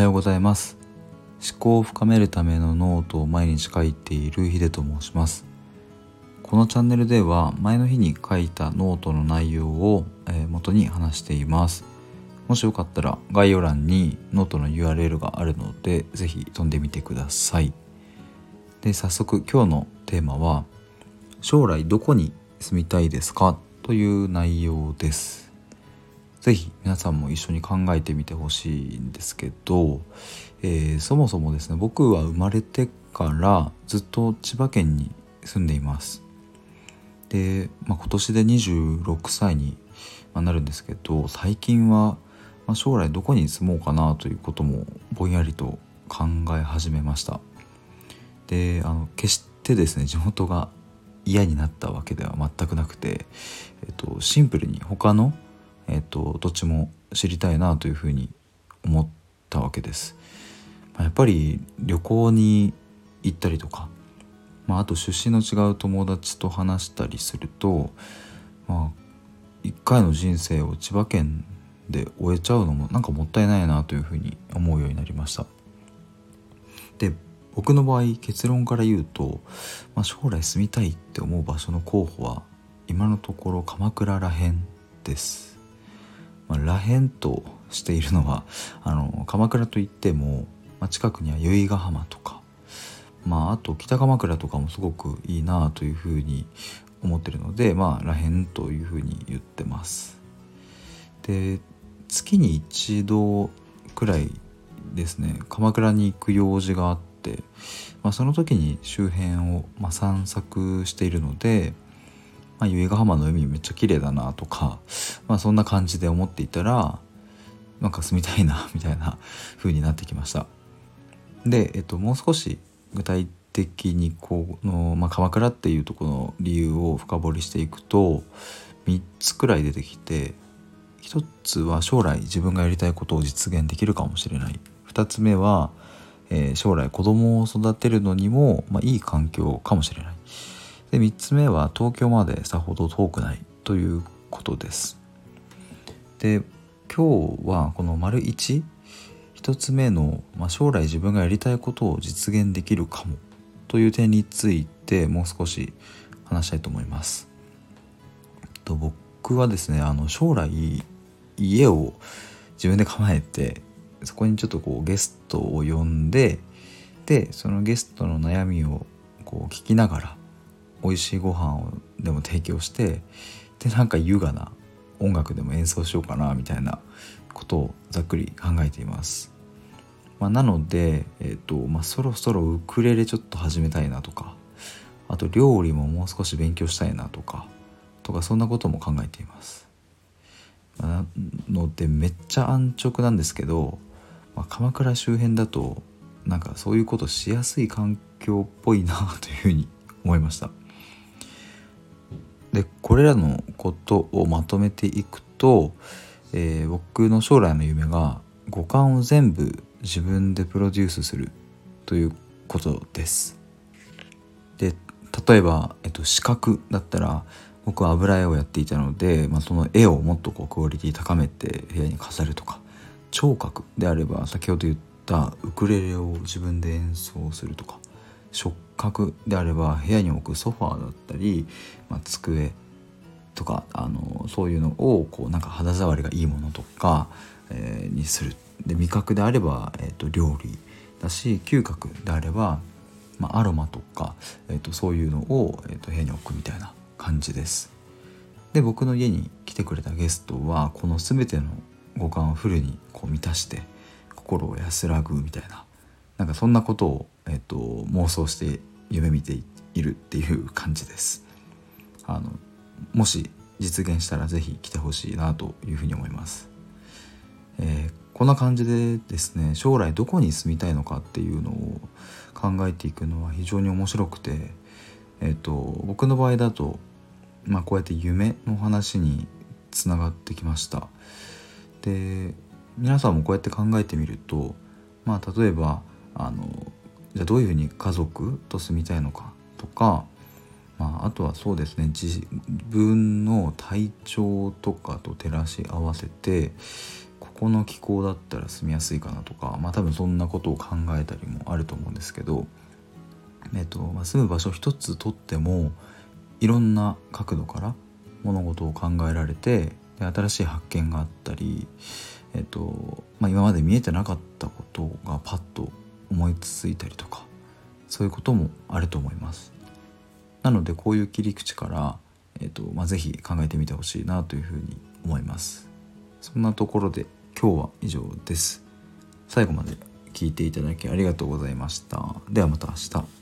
ようございます。思考を深めるためのノートを毎日書いているヒデと申します。このチャンネルでは前の日に書いたノートの内容を元に話しています。もしよかったら概要欄にノートの URL があるのでぜひ飛んでみてください。で、早速今日のテーマは将来どこに住みたいですかという内容です。ぜひ皆さんも一緒に考えてみてほしいんですけど、そもそもですね、僕は生まれてからずっと千葉県に住んでいます。で、今年で26歳になるんですけど、最近は将来どこに住もうかなということもぼんやりと考え始めました。で、決してですね、地元が嫌になったわけでは全くなくて、シンプルに他のどっちも知りたいなというふうに思ったわけです。やっぱり旅行に行ったりとか、あと出身の違う友達と話したりすると、一回の人生を千葉県で終えちゃうのもなんかもったいないなというふうに思うようになりました。で、僕の場合結論から言うと、将来住みたいって思う場所の候補は今のところ鎌倉らへんです。らへんとしているのは鎌倉といっても、近くには由比ヶ浜とか、あと北鎌倉とかもすごくいいなというふうに思ってるので、らへんというふうに言ってます。で、月に一度くらいですね、鎌倉に行く用事があって、その時に周辺を散策しているので、由比ヶ浜の海めっちゃ綺麗だなとか、そんな感じで思っていたらなんか住みたいなみたいな風になってきました。で、もう少し具体的に鎌倉っていうところの理由を深掘りしていくと3つくらい出てきて、1つは将来自分がやりたいことを実現できるかもしれない。2つ目は、将来子供を育てるのにも、いい環境かもしれない。で、3つ目は東京までさほど遠くないということです。で、今日はこの丸1、一つ目の、将来自分がやりたいことを実現できるかもという点についてもう少し話したいと思います。僕はですね、将来家を自分で構えて、そこにちょっとゲストを呼んで、でそのゲストの悩みを聞きながら美味しいご飯をでも提供して、でなんか優雅な音楽でも演奏しようかなみたいなことをざっくり考えています。なので、そろそろウクレレちょっと始めたいなとか、あと料理ももう少し勉強したいなとかそんなことも考えています。なのでめっちゃ安直なんですけど、鎌倉周辺だとなんかそういうことしやすい環境っぽいなというふうに思いました。で、これらのことをまとめていくと、僕の将来の夢が五感を全部自分でプロデュースするということです。で、例えば、視覚だったら僕は油絵をやっていたので、その絵をもっとクオリティ高めて部屋に飾るとか、聴覚であれば先ほど言ったウクレレを自分で演奏するとか、触覚であれば部屋に置くソファーだったり、机とかそういうのをなんか肌触りがいいものとか、にする。で、味覚であれば、料理だし、嗅覚であれば、アロマとか、そういうのを、部屋に置くみたいな感じです。で、僕の家に来てくれたゲストはこの全ての五感をフルに満たして心を安らぐみたいな、なんかそんなことを、妄想して夢見ているっていう感じです。もし実現したらぜひ来てほしいなというふうに思います。こんな感じでですね、将来どこに住みたいのかっていうのを考えていくのは非常に面白くて、僕の場合だと、こうやって夢の話につながってきました。で、皆さんもこうやって考えてみると、例えばじゃあどういうふうに家族と住みたいのかとか、あとはそうですね、自分の体調とかと照らし合わせてここの気候だったら住みやすいかなとか、多分そんなことを考えたりもあると思うんですけど、住む場所一つとってもいろんな角度から物事を考えられて、で新しい発見があったり、今まで見えてなかったことがパッと思いついたりとか、そういうこともあると思います。なのでこういう切り口から、ぜひ考えてみてほしいなというふうに思います。そんなところで今日は以上です。最後まで聞いていただきありがとうございました。ではまた明日。